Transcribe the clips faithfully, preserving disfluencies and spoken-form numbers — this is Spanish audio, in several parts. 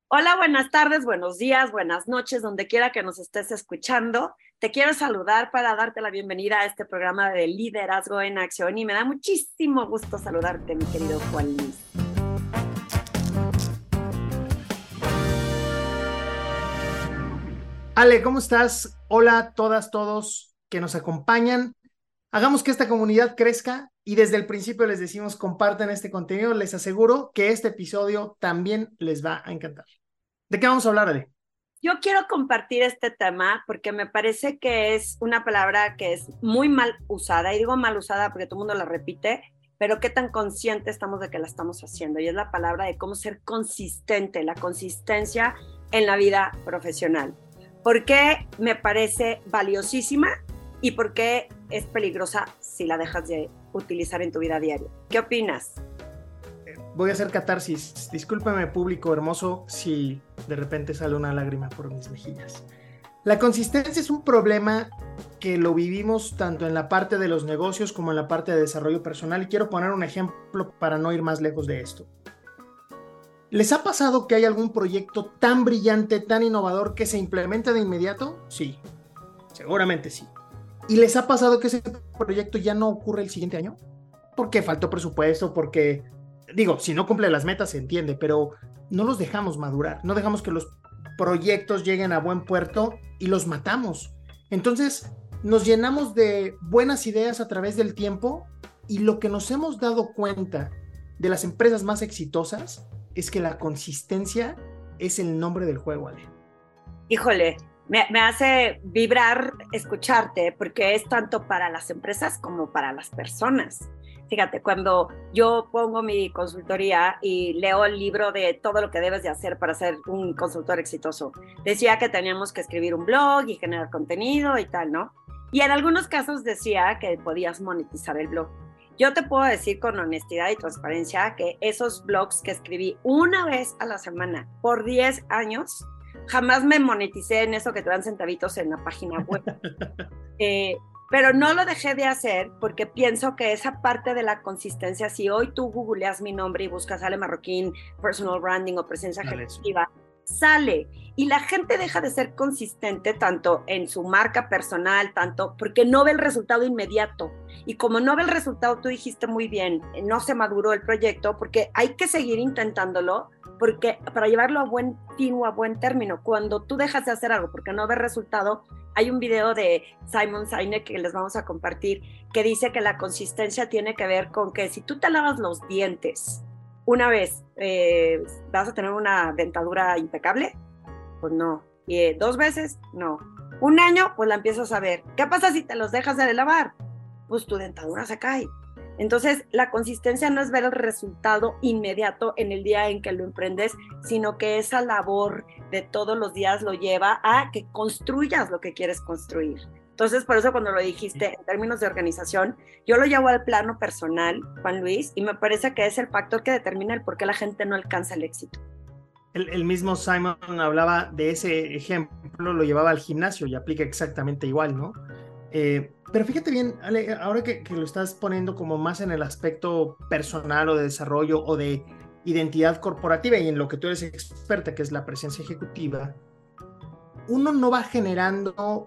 Hola, buenas tardes, buenos días, buenas noches, donde quiera que nos estés escuchando. Te quiero saludar para darte la bienvenida a este programa de Liderazgo en Acción y me da muchísimo gusto saludarte, mi querido Juan Luis. Ale, ¿cómo estás? Hola a todas, todos que nos acompañan. Hagamos que esta comunidad crezca y desde el principio les decimos compartan este contenido. Les aseguro que este episodio también les va a encantar. ¿De qué vamos a hablar, Ale? Yo quiero compartir este tema porque me parece que es una palabra que es muy mal usada, y digo mal usada porque todo el mundo la repite, pero qué tan consciente estamos de que la estamos haciendo, y es la palabra de cómo ser consistente, la consistencia en la vida profesional. ¿Por qué me parece valiosísima y por qué es peligrosa si la dejas de utilizar en tu vida diaria? ¿Qué opinas? Voy a hacer catarsis. Discúlpame, público hermoso, si de repente sale una lágrima por mis mejillas. La consistencia es un problema que lo vivimos tanto en la parte de los negocios como en la parte de desarrollo personal, y quiero poner un ejemplo para no ir más lejos de esto. ¿Les ha pasado que hay algún proyecto tan brillante, tan innovador que se implementa de inmediato? Sí, seguramente sí. ¿Y les ha pasado que ese proyecto ya no ocurre el siguiente año? Porque faltó presupuesto, porque, digo, si no cumple las metas se entiende, pero no los dejamos madurar, no dejamos que los proyectos lleguen a buen puerto y los matamos. Entonces, nos llenamos de buenas ideas a través del tiempo, y lo que nos hemos dado cuenta de las empresas más exitosas es que la consistencia es el nombre del juego, Ale. Híjole, me, me hace vibrar escucharte porque es tanto para las empresas como para las personas. Fíjate, cuando yo pongo mi consultoría y leo el libro de todo lo que debes de hacer para ser un consultor exitoso, decía que teníamos que escribir un blog y generar contenido y tal, ¿no? Y en algunos casos decía que podías monetizar el blog. Yo te puedo decir con honestidad y transparencia que esos blogs que escribí una vez a la semana por diez años, jamás me moneticé en eso que te dan centavitos en la página web. Eh, pero no lo dejé de hacer porque pienso que esa parte de la consistencia, si hoy tú googleas mi nombre y buscas Ale Marroquín, personal branding o presencia ejecutiva, sale, y la gente deja de ser consistente tanto en su marca personal, tanto porque no ve el resultado inmediato. Y como no ve el resultado, tú dijiste muy bien, no se maduró el proyecto porque hay que seguir intentándolo, porque para llevarlo a buen fin o a buen término, cuando tú dejas de hacer algo porque no ves resultado, hay un video de Simon Sinek que les vamos a compartir que dice que la consistencia tiene que ver con que si tú te lavas los dientes una vez, eh, ¿vas a tener una dentadura impecable? Pues no. Y eh, dos veces, no. Un año, pues la empiezas a ver. ¿Qué pasa si te los dejas de lavar? Pues tu dentadura se cae. Entonces, la consistencia no es ver el resultado inmediato en el día en que lo emprendes, sino que esa labor de todos los días lo lleva a que construyas lo que quieres construir. Entonces, por eso cuando lo dijiste en términos de organización, yo lo llevo al plano personal, Juan Luis, y me parece que es el factor que determina el por qué la gente no alcanza el éxito. El, el mismo Simon hablaba de ese ejemplo, lo llevaba al gimnasio y aplica exactamente igual, ¿no? Eh, pero fíjate bien, Ale, ahora que, que lo estás poniendo como más en el aspecto personal o de desarrollo o de identidad corporativa y en lo que tú eres experta, que es la presencia ejecutiva, uno no va generando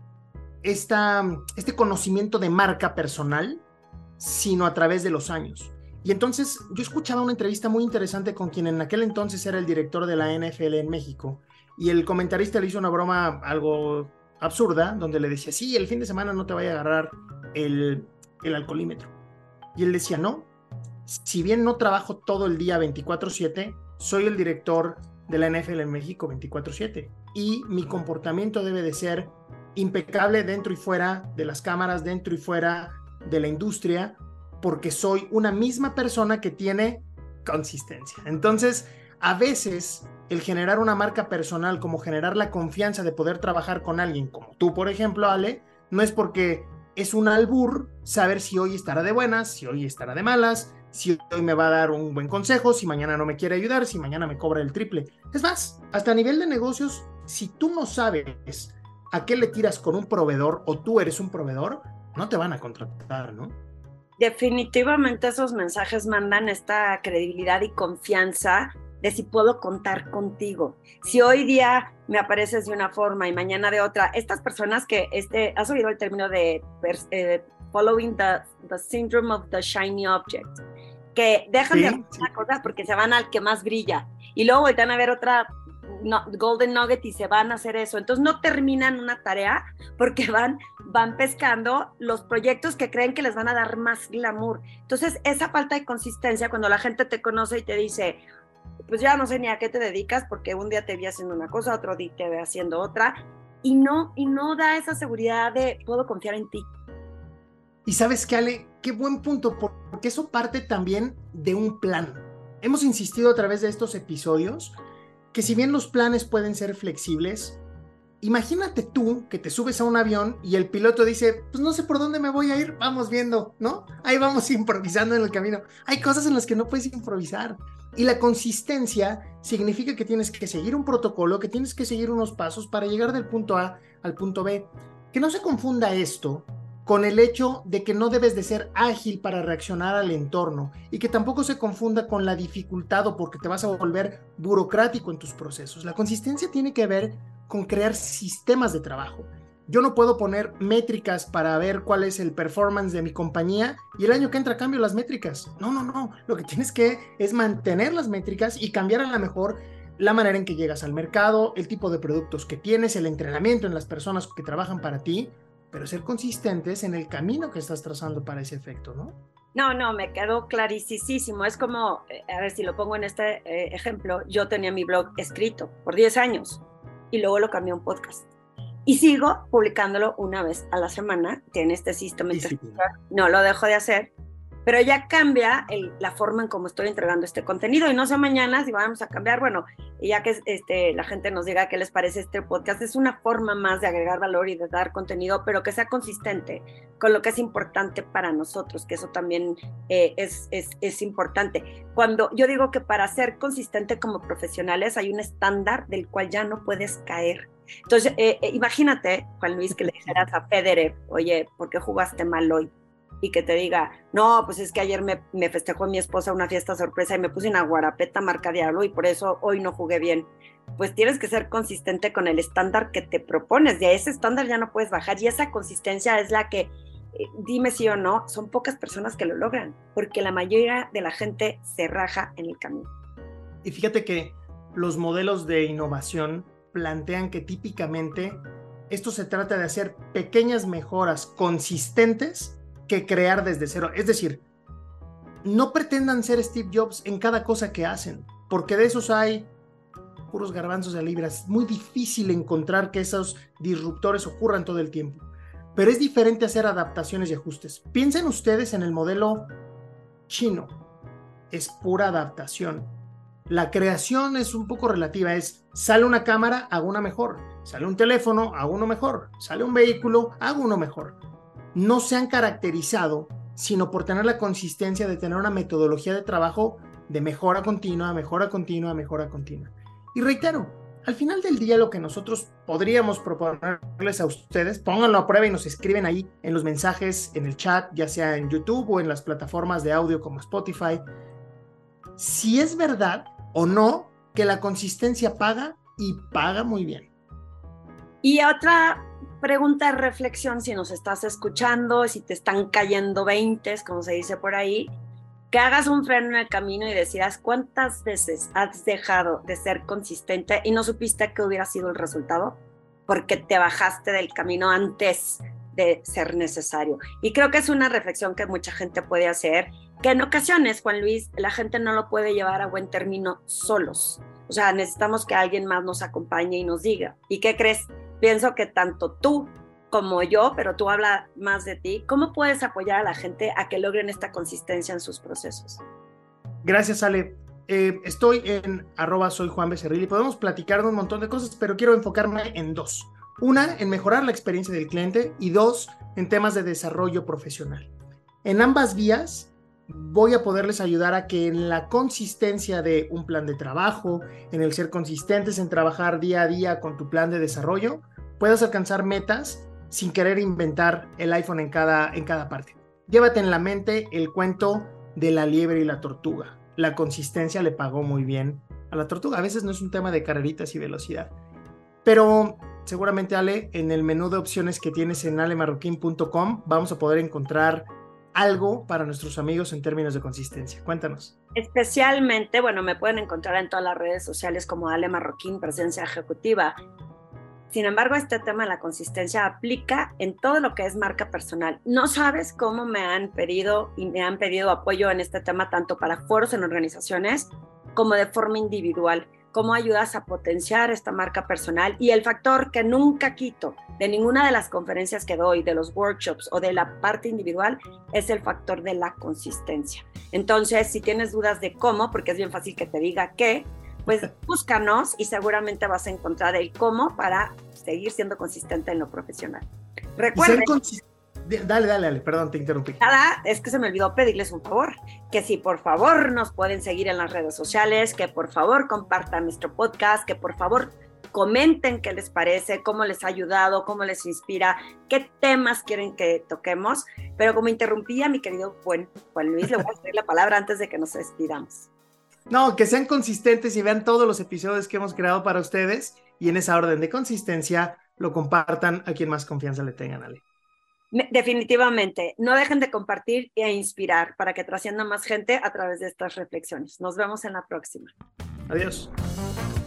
esta, este conocimiento de marca personal, sino a través de los años. Y entonces yo escuchaba una entrevista muy interesante con quien en aquel entonces era el director de la N F L en México, y el comentarista le hizo una broma algo absurda, donde le decía, sí, el fin de semana no te vaya a agarrar el, el alcoholímetro. Y él decía, no, si bien no trabajo todo el día veinticuatro siete, soy el director de la N F L en México veinticuatro siete, y mi comportamiento debe de ser impecable dentro y fuera de las cámaras, dentro y fuera de la industria, porque soy una misma persona que tiene consistencia. Entonces, a veces el generar una marca personal, como generar la confianza de poder trabajar con alguien como tú, por ejemplo, Ale, no es porque es un albur saber si hoy estará de buenas, si hoy estará de malas, si hoy me va a dar un buen consejo, si mañana no me quiere ayudar, si mañana me cobra el triple. Es más, hasta a nivel de negocios, si tú no sabes a qué le tiras con un proveedor o tú eres un proveedor, no te van a contratar, ¿no? Definitivamente esos mensajes mandan esta credibilidad y confianza de si puedo contar contigo. Si hoy día me apareces de una forma y mañana de otra, estas personas que, este, ¿has oído el término de eh, following the, the syndrome of the shiny object? Que dejan sí, de hacer sí. una cosa porque se van al que más brilla y luego voltean a ver otra no, golden nugget y se van a hacer eso. Entonces no terminan una tarea porque van, van pescando los proyectos que creen que les van a dar más glamour. Entonces esa falta de consistencia, cuando la gente te conoce y te dice, pues ya no sé ni a qué te dedicas porque un día te vi haciendo una cosa, otro día te ve haciendo otra, y no, y no da esa seguridad de puedo confiar en ti. Y sabes qué, Ale, qué buen punto, porque eso parte también de un plan. Hemos insistido a través de estos episodios que si bien los planes pueden ser flexibles, imagínate tú que te subes a un avión y el piloto dice, pues no sé por dónde me voy a ir, vamos viendo, ¿no? Ahí vamos improvisando en el camino. Hay cosas en las que no puedes improvisar. Y la consistencia significa que tienes que seguir un protocolo, que tienes que seguir unos pasos para llegar del punto A al punto B. Que no se confunda esto con el hecho de que no debes de ser ágil para reaccionar al entorno y que tampoco se confunda con la dificultad o porque te vas a volver burocrático en tus procesos. La consistencia tiene que ver con crear sistemas de trabajo. Yo no puedo poner métricas para ver cuál es el performance de mi compañía y el año que entra cambio las métricas. No, no, no. Lo que tienes que es mantener las métricas y cambiar a la mejor la manera en que llegas al mercado, el tipo de productos que tienes, el entrenamiento en las personas que trabajan para ti, pero ser consistentes en el camino que estás trazando para ese efecto, ¿no? No, no, me quedó clarísimo. Es como, a ver si lo pongo en este eh, ejemplo, yo tenía mi blog escrito por diez años y luego lo cambié a un podcast. Y sigo publicándolo una vez a la semana, tiene este sistema, sí, no lo dejo de hacer, pero ya cambia el, la forma en cómo estoy entregando este contenido, y no sé mañana si vamos a cambiar, bueno, y ya que este, la gente nos diga qué les parece este podcast, es una forma más de agregar valor y de dar contenido, pero que sea consistente con lo que es importante para nosotros, que eso también eh, es, es, es importante. Cuando yo digo que para ser consistente como profesionales hay un estándar del cual ya no puedes caer. Entonces, eh, eh, imagínate, Juan Luis, que le dijeras a Federer, oye, ¿por qué jugaste mal hoy? Y que te diga, no, pues es que ayer me, me festejó mi esposa una fiesta sorpresa y me puse una guarapeta marca Diablo y por eso hoy no jugué bien. Pues tienes que ser consistente con el estándar que te propones, de ese estándar ya no puedes bajar, y esa consistencia es la que, eh, dime sí o no, son pocas personas que lo logran, porque la mayoría de la gente se raja en el camino. Y fíjate que los modelos de innovación plantean que típicamente esto se trata de hacer pequeñas mejoras consistentes que crear desde cero. Es decir, no pretendan ser Steve Jobs en cada cosa que hacen, porque de esos hay puros garbanzos de libras. Es muy difícil encontrar que esos disruptores ocurran todo el tiempo, pero es diferente hacer adaptaciones y ajustes. Piensen ustedes en el modelo chino, es pura adaptación. La creación es un poco relativa, es sale una cámara, hago una mejor, sale un teléfono, hago uno mejor, sale un vehículo, hago uno mejor. No se han caracterizado, sino por tener la consistencia de tener una metodología de trabajo de mejora continua, mejora continua, mejora continua. Y reitero, al final del día lo que nosotros podríamos proponerles a ustedes, pónganlo a prueba y nos escriben ahí en los mensajes, en el chat, ya sea en YouTube o en las plataformas de audio como Spotify, si es verdad o no que la consistencia paga y paga muy bien. Y otra pregunta de reflexión, si nos estás escuchando, si te están cayendo veintes, como se dice por ahí, que hagas un freno en el camino y decidas cuántas veces has dejado de ser consistente y no supiste que hubiera sido el resultado porque te bajaste del camino antes de ser necesario. Y creo que es una reflexión que mucha gente puede hacer, que en ocasiones, Juan Luis, la gente no lo puede llevar a buen término solos. O sea, necesitamos que alguien más nos acompañe y nos diga. ¿Y qué crees? Pienso que tanto tú como yo, pero tú hablas más de ti, ¿cómo puedes apoyar a la gente a que logren esta consistencia en sus procesos? Gracias, Ale. Eh, estoy en arroba soy Juan Becerril y podemos platicar de un montón de cosas, pero quiero enfocarme en dos. Una, en mejorar la experiencia del cliente, y dos, en temas de desarrollo profesional. En ambas vías voy a poderles ayudar a que en la consistencia de un plan de trabajo, en el ser consistentes en trabajar día a día con tu plan de desarrollo, puedas alcanzar metas sin querer inventar el iPhone en cada, en cada parte. Llévate en la mente el cuento de la liebre y la tortuga. la consistencia le pagó muy bien a la tortuga. A veces no es un tema de carreritas y velocidad. Pero seguramente, Ale, en el menú de opciones que tienes en ale marroquín punto com vamos a poder encontrar algo para nuestros amigos en términos de consistencia. Cuéntanos. Especialmente, bueno, me pueden encontrar en todas las redes sociales como Ale Marroquín, presencia ejecutiva. Sin embargo, este tema de la consistencia aplica en todo lo que es marca personal. No sabes cómo me han pedido y me han pedido apoyo en este tema, tanto para foros en organizaciones como de forma individual. Cómo ayudas a potenciar esta marca personal, y el factor que nunca quito de ninguna de las conferencias que doy, de los workshops o de la parte individual, es el factor de la consistencia. Entonces, si tienes dudas de cómo, porque es bien fácil que te diga qué, pues búscanos y seguramente vas a encontrar el cómo para seguir siendo consistente en lo profesional. Recuerden, Dale, dale, dale, perdón, te interrumpí. Nada, es que se me olvidó pedirles un favor, que si por favor nos pueden seguir en las redes sociales, que por favor compartan nuestro podcast, que por favor comenten qué les parece, cómo les ha ayudado, cómo les inspira, qué temas quieren que toquemos. Pero como interrumpí a mi querido Juan, Juan Luis, le voy a pedir la palabra antes de que nos despidamos. No, que sean consistentes y vean todos los episodios que hemos creado para ustedes, y en esa orden de consistencia lo compartan a quien más confianza le tengan, Ale. Definitivamente, no dejen de compartir e inspirar para que trascienda más gente a través de estas reflexiones. Nos vemos en la próxima. Adiós.